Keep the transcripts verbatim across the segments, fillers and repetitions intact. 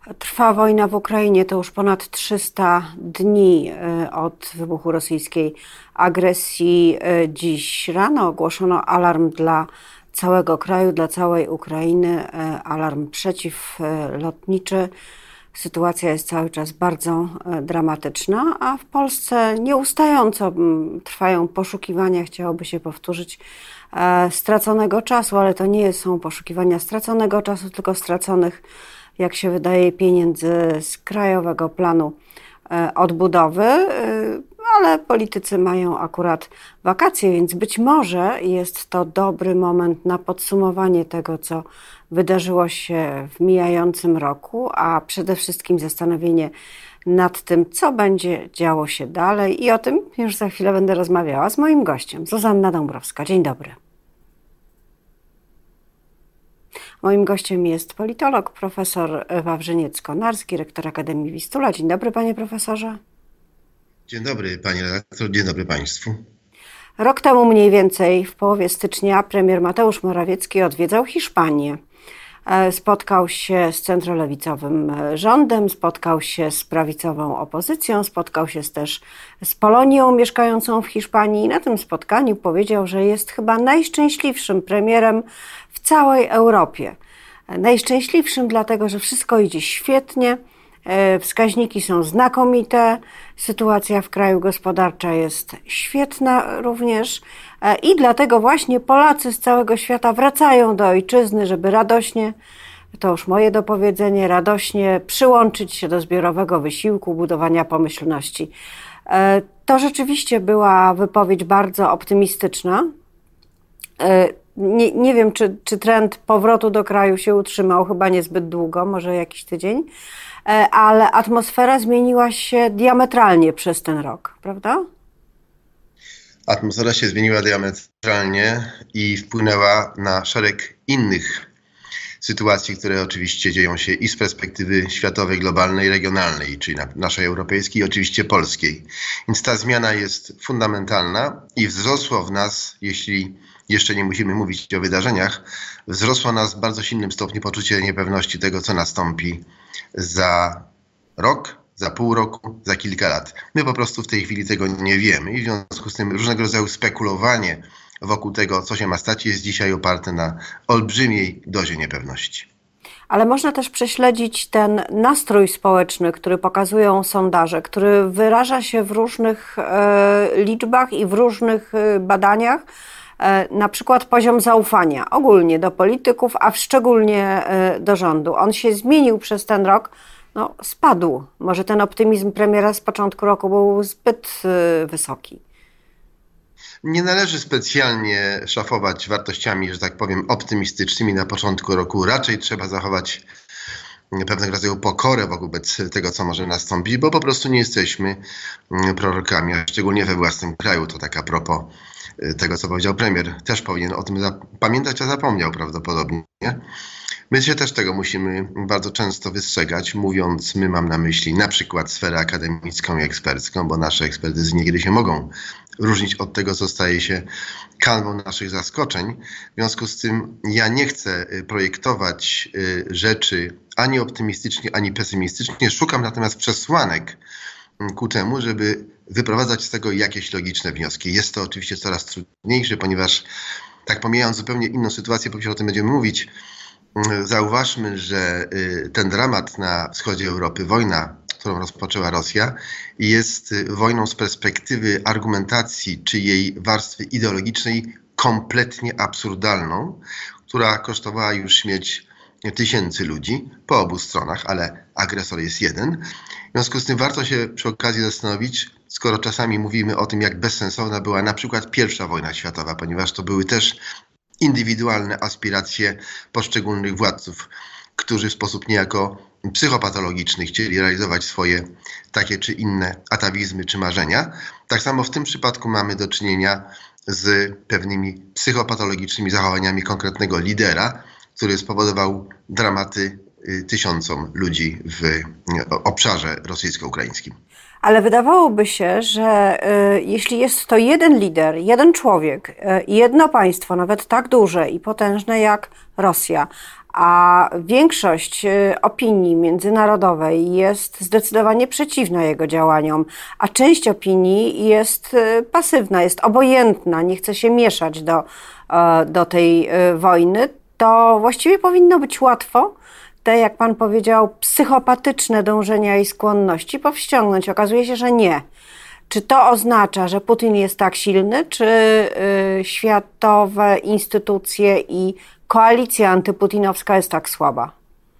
Trwa wojna w Ukrainie, to już ponad trzysta dni od wybuchu rosyjskiej agresji. Dziś rano ogłoszono alarm dla całego kraju, dla całej Ukrainy, alarm przeciwlotniczy. Sytuacja jest cały czas bardzo dramatyczna, a w Polsce nieustająco trwają poszukiwania, chciałoby się powtórzyć, straconego czasu, ale to nie są poszukiwania straconego czasu, tylko straconych, jak się wydaje, pieniędzy z Krajowego Planu Odbudowy, ale politycy mają akurat wakacje, więc być może jest to dobry moment na podsumowanie tego, co wydarzyło się w mijającym roku, a przede wszystkim zastanowienie nad tym, co będzie działo się dalej, i o tym już za chwilę będę rozmawiała z moim gościem, Zuzanna Dąbrowska. Dzień dobry. Moim gościem jest politolog, profesor Wawrzyniec-Konarski, rektor Akademii Wistula. Dzień dobry, panie profesorze. Dzień dobry, pani redaktor, dzień dobry państwu. Rok temu mniej więcej, w połowie stycznia, premier Mateusz Morawiecki odwiedzał Hiszpanię. Spotkał się z centrolewicowym rządem, spotkał się z prawicową opozycją, spotkał się też z Polonią mieszkającą w Hiszpanii i na tym spotkaniu powiedział, że jest chyba najszczęśliwszym premierem w całej Europie. Najszczęśliwszym dlatego, że wszystko idzie świetnie, wskaźniki są znakomite, sytuacja w kraju gospodarcza jest świetna również i dlatego właśnie Polacy z całego świata wracają do ojczyzny, żeby radośnie, to już moje dopowiedzenie, radośnie przyłączyć się do zbiorowego wysiłku budowania pomyślności. To rzeczywiście była wypowiedź bardzo optymistyczna. Nie, nie wiem, czy, czy trend powrotu do kraju się utrzymał, chyba niezbyt długo, może jakiś tydzień, ale atmosfera zmieniła się diametralnie przez ten rok, prawda? Atmosfera się zmieniła diametralnie i wpłynęła na szereg innych sytuacji, które oczywiście dzieją się i z perspektywy światowej, globalnej, regionalnej, czyli naszej europejskiej i oczywiście polskiej. Więc ta zmiana jest fundamentalna i wzrosło w nas, jeśli jeszcze nie musimy mówić o wydarzeniach, wzrosło w nas w bardzo silnym stopniu poczucie niepewności tego, co nastąpi za rok, za pół roku, za kilka lat. My po prostu w tej chwili tego nie wiemy i w związku z tym różnego rodzaju spekulowanie wokół tego, co się ma stać, jest dzisiaj oparte na olbrzymiej dozie niepewności. Ale można też prześledzić ten nastrój społeczny, który pokazują sondaże, który wyraża się w różnych e, liczbach i w różnych e, badaniach. Na przykład poziom zaufania ogólnie do polityków, a szczególnie do rządu. On się zmienił przez ten rok, no spadł. Może ten optymizm premiera z początku roku był zbyt wysoki. Nie należy specjalnie szafować wartościami, że tak powiem, optymistycznymi na początku roku. Raczej trzeba zachować pewnego rodzaju pokorę wobec tego, co może nastąpić, bo po prostu nie jesteśmy prorokami, a szczególnie we własnym kraju. To tak a propos tego, co powiedział premier. Też powinien o tym pamiętać, a zapomniał prawdopodobnie. My się też tego musimy bardzo często wystrzegać, mówiąc, my mam na myśli na przykład sferę akademicką i ekspercką, bo nasze ekspertyzy niekiedy się mogą różnić od tego, co staje się kanwą naszych zaskoczeń. W związku z tym ja nie chcę projektować rzeczy ani optymistycznie, ani pesymistycznie. Szukam natomiast przesłanek ku temu, żeby wyprowadzać z tego jakieś logiczne wnioski. Jest to oczywiście coraz trudniejsze, ponieważ tak pomijając zupełnie inną sytuację, bo o tym będziemy mówić, zauważmy, że ten dramat na wschodzie Europy, wojna, którą rozpoczęła Rosja, jest wojną z perspektywy argumentacji czy jej warstwy ideologicznej kompletnie absurdalną, która kosztowała już śmierć tysięcy ludzi po obu stronach, ale agresor jest jeden. W związku z tym warto się przy okazji zastanowić, skoro czasami mówimy o tym, jak bezsensowna była na przykład pierwsza wojna światowa, ponieważ to były też indywidualne aspiracje poszczególnych władców, którzy w sposób niejako psychopatologiczny chcieli realizować swoje takie czy inne atawizmy czy marzenia. Tak samo w tym przypadku mamy do czynienia z pewnymi psychopatologicznymi zachowaniami konkretnego lidera, który spowodował dramaty tysiącom ludzi w obszarze rosyjsko-ukraińskim. Ale wydawałoby się, że y, jeśli jest to jeden lider, jeden człowiek i y, jedno państwo, nawet tak duże i potężne jak Rosja, a większość opinii międzynarodowej jest zdecydowanie przeciwna jego działaniom, a część opinii jest pasywna, jest obojętna, nie chce się mieszać do, do tej wojny, to właściwie powinno być łatwo te, jak pan powiedział, psychopatyczne dążenia i skłonności powściągnąć. Okazuje się, że nie. Czy to oznacza, że Putin jest tak silny, czy y, światowe instytucje i koalicja antyputinowska jest tak słaba?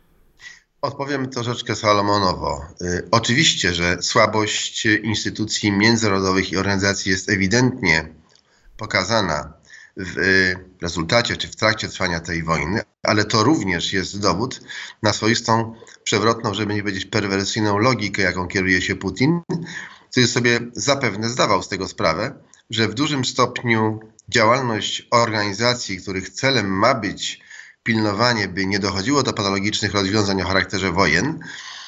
Odpowiem troszeczkę salomonowo. Y, oczywiście, że słabość instytucji międzynarodowych i organizacji jest ewidentnie pokazana w y, rezultacie czy w trakcie trwania tej wojny, ale to również jest dowód na swoistą, przewrotną, żeby nie powiedzieć perwersyjną logikę, jaką kieruje się Putin, który sobie zapewne zdawał z tego sprawę, że w dużym stopniu działalność organizacji, których celem ma być pilnowanie, by nie dochodziło do patologicznych rozwiązań o charakterze wojen,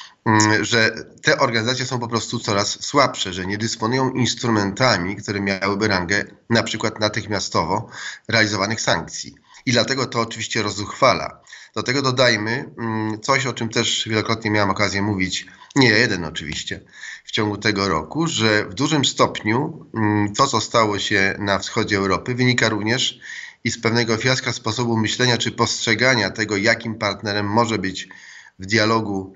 że te organizacje są po prostu coraz słabsze, że nie dysponują instrumentami, które miałyby rangę na przykład natychmiastowo realizowanych sankcji. I dlatego to oczywiście rozzuchwala. Do tego dodajmy coś, o czym też wielokrotnie miałem okazję mówić, nie jeden oczywiście, w ciągu tego roku, że w dużym stopniu to, co stało się na wschodzie Europy, wynika również i z pewnego fiaska sposobu myślenia czy postrzegania tego, jakim partnerem może być w dialogu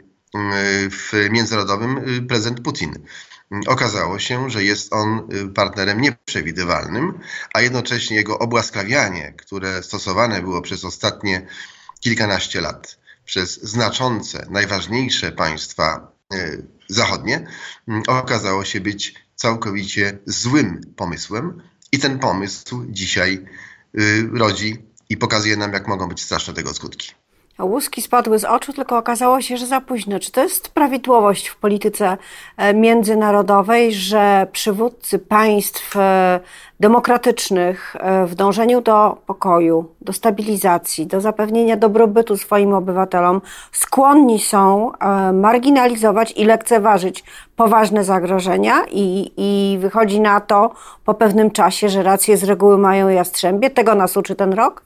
w międzynarodowym prezydent Putin. Okazało się, że jest on partnerem nieprzewidywalnym, a jednocześnie jego obłaskawianie, które stosowane było przez ostatnie kilkanaście lat przez znaczące, najważniejsze państwa zachodnie, okazało się być całkowicie złym pomysłem i ten pomysł dzisiaj rodzi i pokazuje nam, jak mogą być straszne tego skutki. Łuski spadły z oczu, tylko okazało się, że za późno. Czy to jest prawidłowość w polityce międzynarodowej, że przywódcy państw demokratycznych w dążeniu do pokoju, do stabilizacji, do zapewnienia dobrobytu swoim obywatelom skłonni są marginalizować i lekceważyć poważne zagrożenia i, i wychodzi na to po pewnym czasie, że racje z reguły mają jastrzębie? Tego nas uczy ten rok?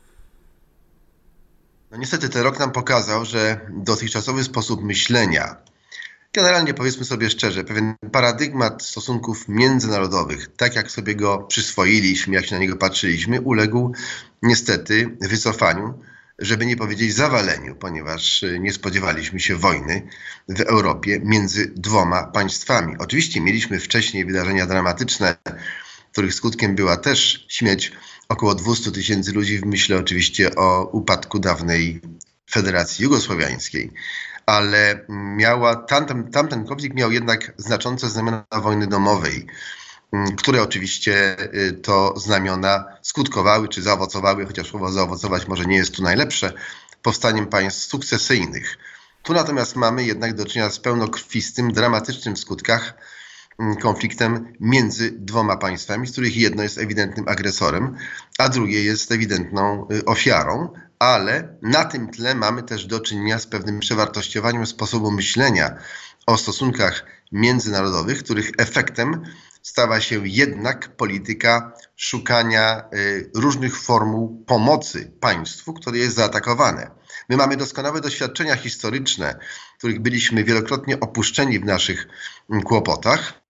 No niestety ten rok nam pokazał, że dotychczasowy sposób myślenia, generalnie powiedzmy sobie szczerze, pewien paradygmat stosunków międzynarodowych, tak jak sobie go przyswoiliśmy, jak się na niego patrzyliśmy, uległ niestety wycofaniu, żeby nie powiedzieć zawaleniu, ponieważ nie spodziewaliśmy się wojny w Europie między dwoma państwami. Oczywiście mieliśmy wcześniej wydarzenia dramatyczne, których skutkiem była też śmierć około dwieście tysięcy ludzi, myślę oczywiście o upadku dawnej Federacji Jugosłowiańskiej, ale miała, tamten, tamten konflikt miał jednak znaczące znamiona wojny domowej, które oczywiście to znamiona skutkowały czy zaowocowały, chociaż słowo zaowocować może nie jest tu najlepsze, powstaniem państw sukcesyjnych. Tu natomiast mamy jednak do czynienia z pełnokrwistym, dramatycznym w skutkach konfliktem między dwoma państwami, z których jedno jest ewidentnym agresorem, a drugie jest ewidentną ofiarą, ale na tym tle mamy też do czynienia z pewnym przewartościowaniem sposobu myślenia o stosunkach międzynarodowych, których efektem stała się jednak polityka szukania różnych formuł pomocy państwu, które jest zaatakowane. My mamy doskonałe doświadczenia historyczne, których byliśmy wielokrotnie opuszczeni w naszych kłopotach.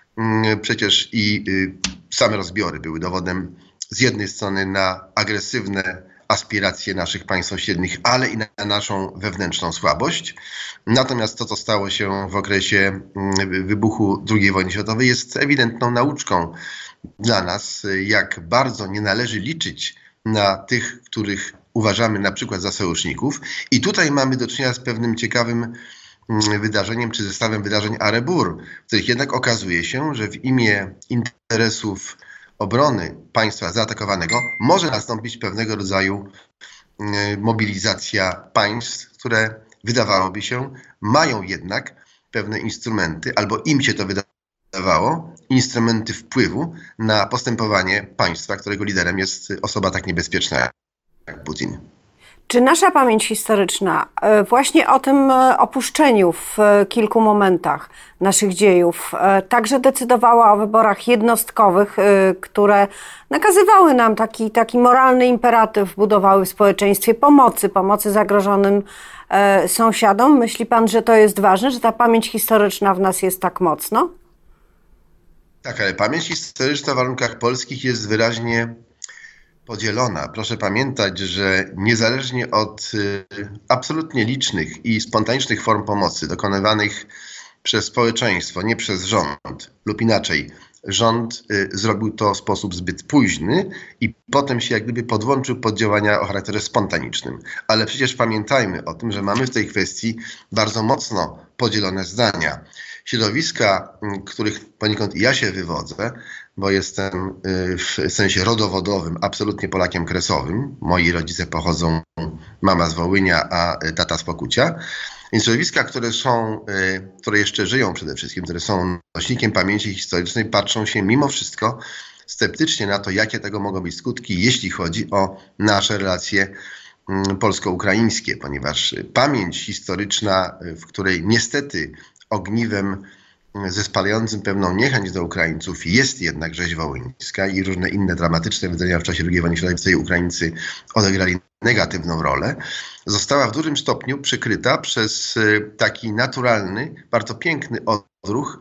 Przecież i same rozbiory były dowodem z jednej strony na agresywne aspiracje naszych państw sąsiednich, ale i na naszą wewnętrzną słabość. Natomiast to, co stało się w okresie wybuchu drugiej wojny światowej, jest ewidentną nauczką dla nas, jak bardzo nie należy liczyć na tych, których uważamy na przykład za sojuszników. I tutaj mamy do czynienia z pewnym ciekawym wydarzeniem czy zestawem wydarzeń Arebur, w których jednak okazuje się, że w imię interesów obrony państwa zaatakowanego może nastąpić pewnego rodzaju mobilizacja państw, które wydawałoby się mają jednak pewne instrumenty, albo im się to wydawało, instrumenty wpływu na postępowanie państwa, którego liderem jest osoba tak niebezpieczna jak Putin. Czy nasza pamięć historyczna właśnie o tym opuszczeniu w kilku momentach naszych dziejów także decydowała o wyborach jednostkowych, które nakazywały nam taki, taki moralny imperatyw, budowały w społeczeństwie pomocy, pomocy zagrożonym sąsiadom? Myśli pan, że to jest ważne, że ta pamięć historyczna w nas jest tak mocno? Tak, ale pamięć historyczna w warunkach polskich jest wyraźnie podzielona. Proszę pamiętać, że niezależnie od y, absolutnie licznych i spontanicznych form pomocy dokonywanych przez społeczeństwo, nie przez rząd, lub inaczej, rząd y, zrobił to w sposób zbyt późny i potem się jak gdyby podłączył pod działania o charakterze spontanicznym. Ale przecież pamiętajmy o tym, że mamy w tej kwestii bardzo mocno podzielone zdania. Środowiska, których poniekąd ja się wywodzę, bo jestem w sensie rodowodowym absolutnie Polakiem kresowym. Moi rodzice pochodzą, mama z Wołynia, a tata z Pokucia. Więc środowiska, które są, które jeszcze żyją przede wszystkim, które są nośnikiem pamięci historycznej, patrzą się mimo wszystko sceptycznie na to, jakie tego mogą być skutki, jeśli chodzi o nasze relacje polsko-ukraińskie, ponieważ pamięć historyczna, w której niestety ogniwem zespalającym pewną niechęć do Ukraińców jest jednak rzeź wołyńska i różne inne dramatyczne wydarzenia w czasie drugiej wojny światowej, w której Ukraińcy odegrali negatywną rolę, została w dużym stopniu przykryta przez taki naturalny, bardzo piękny odruch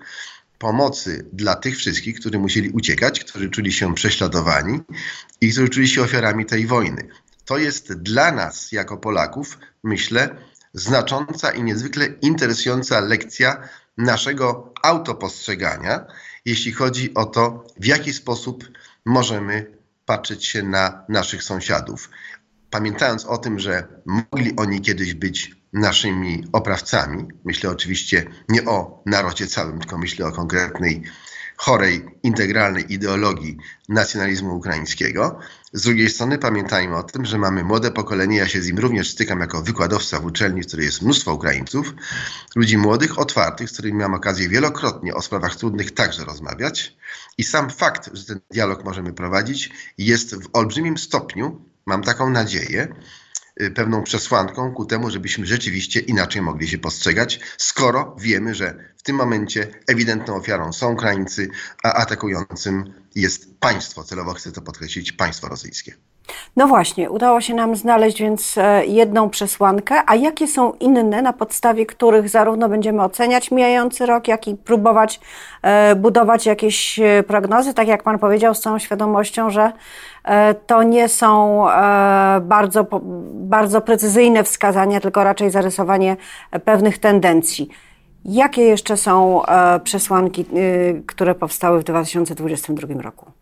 pomocy dla tych wszystkich, którzy musieli uciekać, którzy czuli się prześladowani i którzy czuli się ofiarami tej wojny. To jest dla nas, jako Polaków, myślę, znacząca i niezwykle interesująca lekcja naszego autopostrzegania, jeśli chodzi o to, w jaki sposób możemy patrzeć się na naszych sąsiadów. Pamiętając o tym, że mogli oni kiedyś być naszymi oprawcami, myślę oczywiście nie o narodzie całym, tylko myślę o konkretnej, chorej, integralnej ideologii nacjonalizmu ukraińskiego. Z drugiej strony pamiętajmy o tym, że mamy młode pokolenie, ja się z nim również stykam jako wykładowca w uczelni, w której jest mnóstwo Ukraińców, ludzi młodych, otwartych, z którymi miałem okazję wielokrotnie o sprawach trudnych także rozmawiać i sam fakt, że ten dialog możemy prowadzić, jest w olbrzymim stopniu, mam taką nadzieję, pewną przesłanką ku temu, żebyśmy rzeczywiście inaczej mogli się postrzegać, skoro wiemy, że w tym momencie ewidentną ofiarą są Ukraińcy, a atakującym jest państwo, celowo chcę to podkreślić, państwo rosyjskie. No właśnie, udało się nam znaleźć więc jedną przesłankę, a jakie są inne, na podstawie których zarówno będziemy oceniać mijający rok, jak i próbować e, budować jakieś prognozy, tak jak pan powiedział, z całą świadomością, że e, to nie są e, bardzo, bardzo precyzyjne wskazania, tylko raczej zarysowanie pewnych tendencji. Jakie jeszcze są e, przesłanki, e, które powstały w dwa tysiące dwudziestym drugim roku?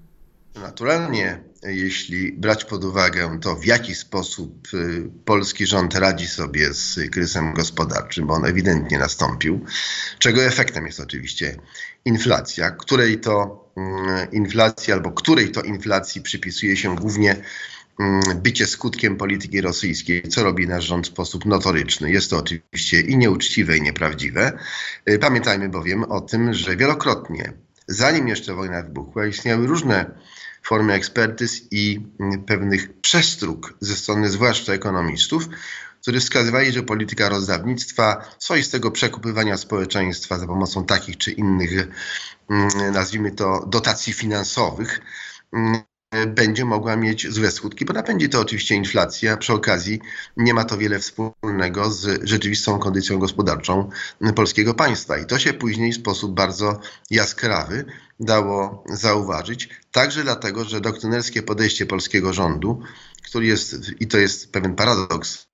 Naturalnie, jeśli brać pod uwagę to, w jaki sposób polski rząd radzi sobie z kryzysem gospodarczym, bo on ewidentnie nastąpił, czego efektem jest oczywiście inflacja, której to inflacji albo której to inflacji przypisuje się głównie bycie skutkiem polityki rosyjskiej, co robi nasz rząd w sposób notoryczny. Jest to oczywiście i nieuczciwe, i nieprawdziwe. Pamiętajmy bowiem o tym, że wielokrotnie, zanim jeszcze wojna wybuchła, istniały różne formy ekspertyz i pewnych przestróg ze strony zwłaszcza ekonomistów, którzy wskazywali, że polityka rozdawnictwa, swoistego przekupywania społeczeństwa za pomocą takich czy innych, nazwijmy to, dotacji finansowych, będzie mogła mieć złe skutki, bo napędzi to oczywiście inflację, a przy okazji nie ma to wiele wspólnego z rzeczywistą kondycją gospodarczą polskiego państwa. I to się później w sposób bardzo jaskrawy dało zauważyć, także dlatego, że doktrynerskie podejście polskiego rządu, który jest, i to jest pewien paradoks,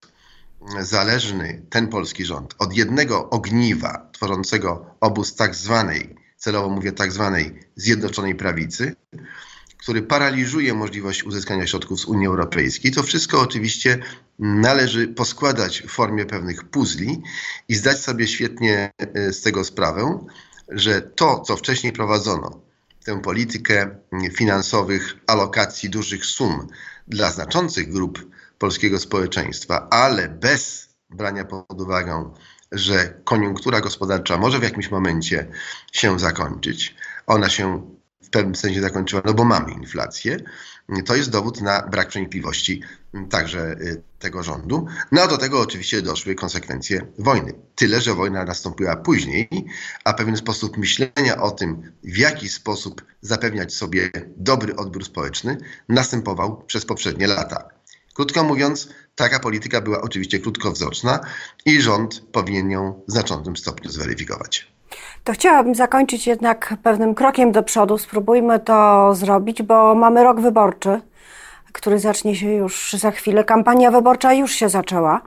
zależny, ten polski rząd, od jednego ogniwa tworzącego obóz tak zwanej, celowo mówię tak zwanej Zjednoczonej Prawicy, który paraliżuje możliwość uzyskania środków z Unii Europejskiej. To wszystko oczywiście należy poskładać w formie pewnych puzli i zdać sobie świetnie z tego sprawę, że to, co wcześniej prowadzono, tę politykę finansowych alokacji dużych sum dla znaczących grup polskiego społeczeństwa, ale bez brania pod uwagę, że koniunktura gospodarcza może w jakimś momencie się zakończyć. Ona się w pewnym sensie zakończyła, no bo mamy inflację, to jest dowód na brak przenikliwości także tego rządu. No a do tego oczywiście doszły konsekwencje wojny. Tyle, że wojna nastąpiła później, a pewien sposób myślenia o tym, w jaki sposób zapewniać sobie dobry odbiór społeczny, następował przez poprzednie lata. Krótko mówiąc, taka polityka była oczywiście krótkowzroczna i rząd powinien ją w znaczącym stopniu zweryfikować. To chciałabym zakończyć jednak pewnym krokiem do przodu. Spróbujmy to zrobić, bo mamy rok wyborczy, który zacznie się już za chwilę. Kampania wyborcza już się zaczęła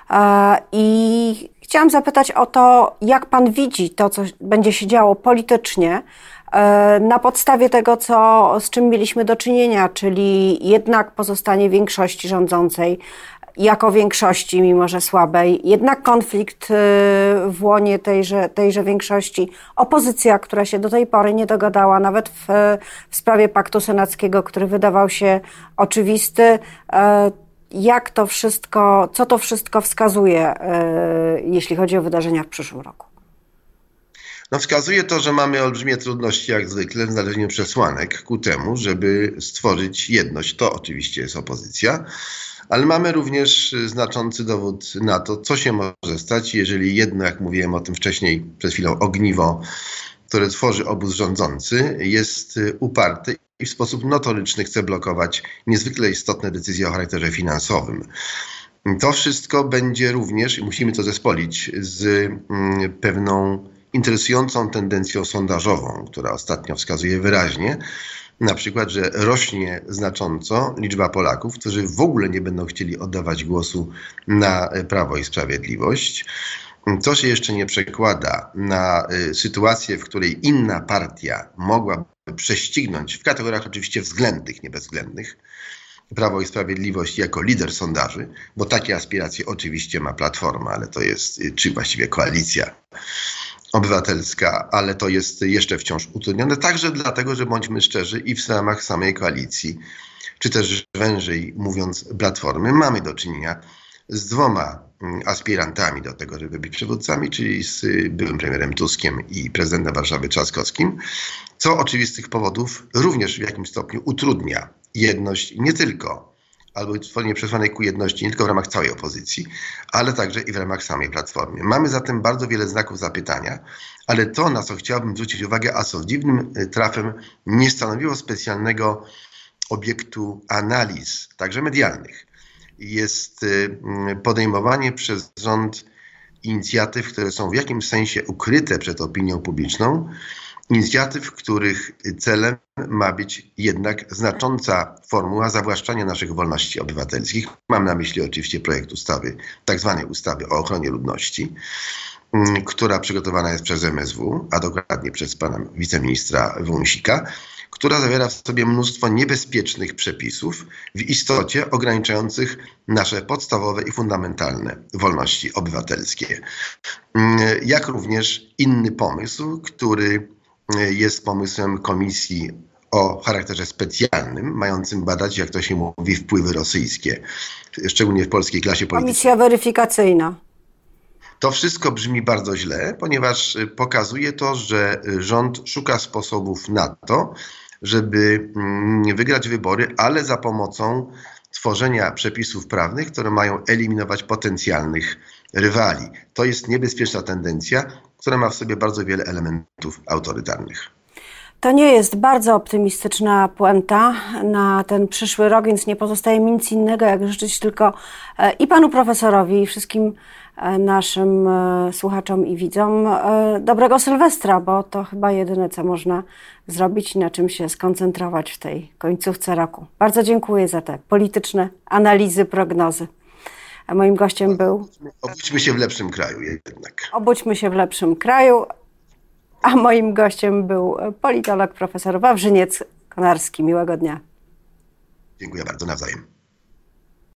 i chciałam zapytać o to, jak pan widzi to, co będzie się działo politycznie na podstawie tego, co, z czym mieliśmy do czynienia, czyli jednak pozostanie większości rządzącej jako większości, mimo że słabej, jednak konflikt w łonie tejże, tejże większości, opozycja, która się do tej pory nie dogadała, nawet w, w sprawie paktu senackiego, który wydawał się oczywisty. Jak to wszystko, co to wszystko wskazuje, jeśli chodzi o wydarzenia w przyszłym roku? No wskazuje to, że mamy olbrzymie trudności jak zwykle w znalezieniu przesłanek ku temu, żeby stworzyć jedność. To oczywiście jest opozycja, ale mamy również znaczący dowód na to, co się może stać, jeżeli jedno, jak mówiłem o tym wcześniej, przed chwilą, ogniwo, które tworzy obóz rządzący, jest uparte i w sposób notoryczny chce blokować niezwykle istotne decyzje o charakterze finansowym. To wszystko będzie również, i musimy to zespolić, z pewną interesującą tendencją sondażową, która ostatnio wskazuje wyraźnie, na przykład, że rośnie znacząco liczba Polaków, którzy w ogóle nie będą chcieli oddawać głosu na Prawo i Sprawiedliwość. To się jeszcze nie przekłada na sytuację, w której inna partia mogłaby prześcignąć, w kategoriach oczywiście względnych, nie bezwzględnych, Prawo i Sprawiedliwość jako lider sondaży, bo takie aspiracje oczywiście ma Platforma, ale to jest, czy właściwie Koalicja Obywatelska, ale to jest jeszcze wciąż utrudnione, także dlatego, że bądźmy szczerzy, i w ramach samej koalicji, czy też wężej mówiąc Platformy, mamy do czynienia z dwoma aspirantami do tego, żeby być przywódcami, czyli z byłym premierem Tuskiem i prezydentem Warszawy Trzaskowskim, co oczywistych powodów również w jakimś stopniu utrudnia jedność nie tylko, albo tworzenie przesłanek ku jedności nie tylko w ramach całej opozycji, ale także i w ramach samej Platformy. Mamy zatem bardzo wiele znaków zapytania, ale to, na co chciałbym zwrócić uwagę, a co dziwnym trafem nie stanowiło specjalnego obiektu analiz, także medialnych, jest podejmowanie przez rząd inicjatyw, które są w jakimś sensie ukryte przed opinią publiczną, inicjatyw, których celem ma być jednak znacząca formuła zawłaszczania naszych wolności obywatelskich. Mam na myśli oczywiście projekt ustawy, tak zwanej ustawy o ochronie ludności, która przygotowana jest przez M S W, a dokładnie przez pana wiceministra Wąsika, która zawiera w sobie mnóstwo niebezpiecznych przepisów, w istocie ograniczających nasze podstawowe i fundamentalne wolności obywatelskie. Jak również inny pomysł, który jest pomysłem Komisji o charakterze specjalnym, mającym badać, jak to się mówi, wpływy rosyjskie, szczególnie w polskiej klasie politycznej. Komisja weryfikacyjna. To wszystko brzmi bardzo źle, ponieważ pokazuje to, że rząd szuka sposobów na to, żeby wygrać wybory, ale za pomocą tworzenia przepisów prawnych, które mają eliminować potencjalnych rywali. To jest niebezpieczna tendencja, która ma w sobie bardzo wiele elementów autorytarnych. To nie jest bardzo optymistyczna puenta na ten przyszły rok, więc nie pozostaje mi nic innego, jak życzyć tylko i panu profesorowi, i wszystkim naszym słuchaczom i widzom dobrego Sylwestra, bo to chyba jedyne, co można zrobić i na czym się skoncentrować w tej końcówce roku. Bardzo dziękuję za te polityczne analizy, prognozy. A moim gościem był... Obudźmy się w lepszym kraju jednak. Obudźmy się w lepszym kraju. A moim gościem był politolog profesor Wawrzyniec Konarski. Miłego dnia. Dziękuję bardzo, nawzajem.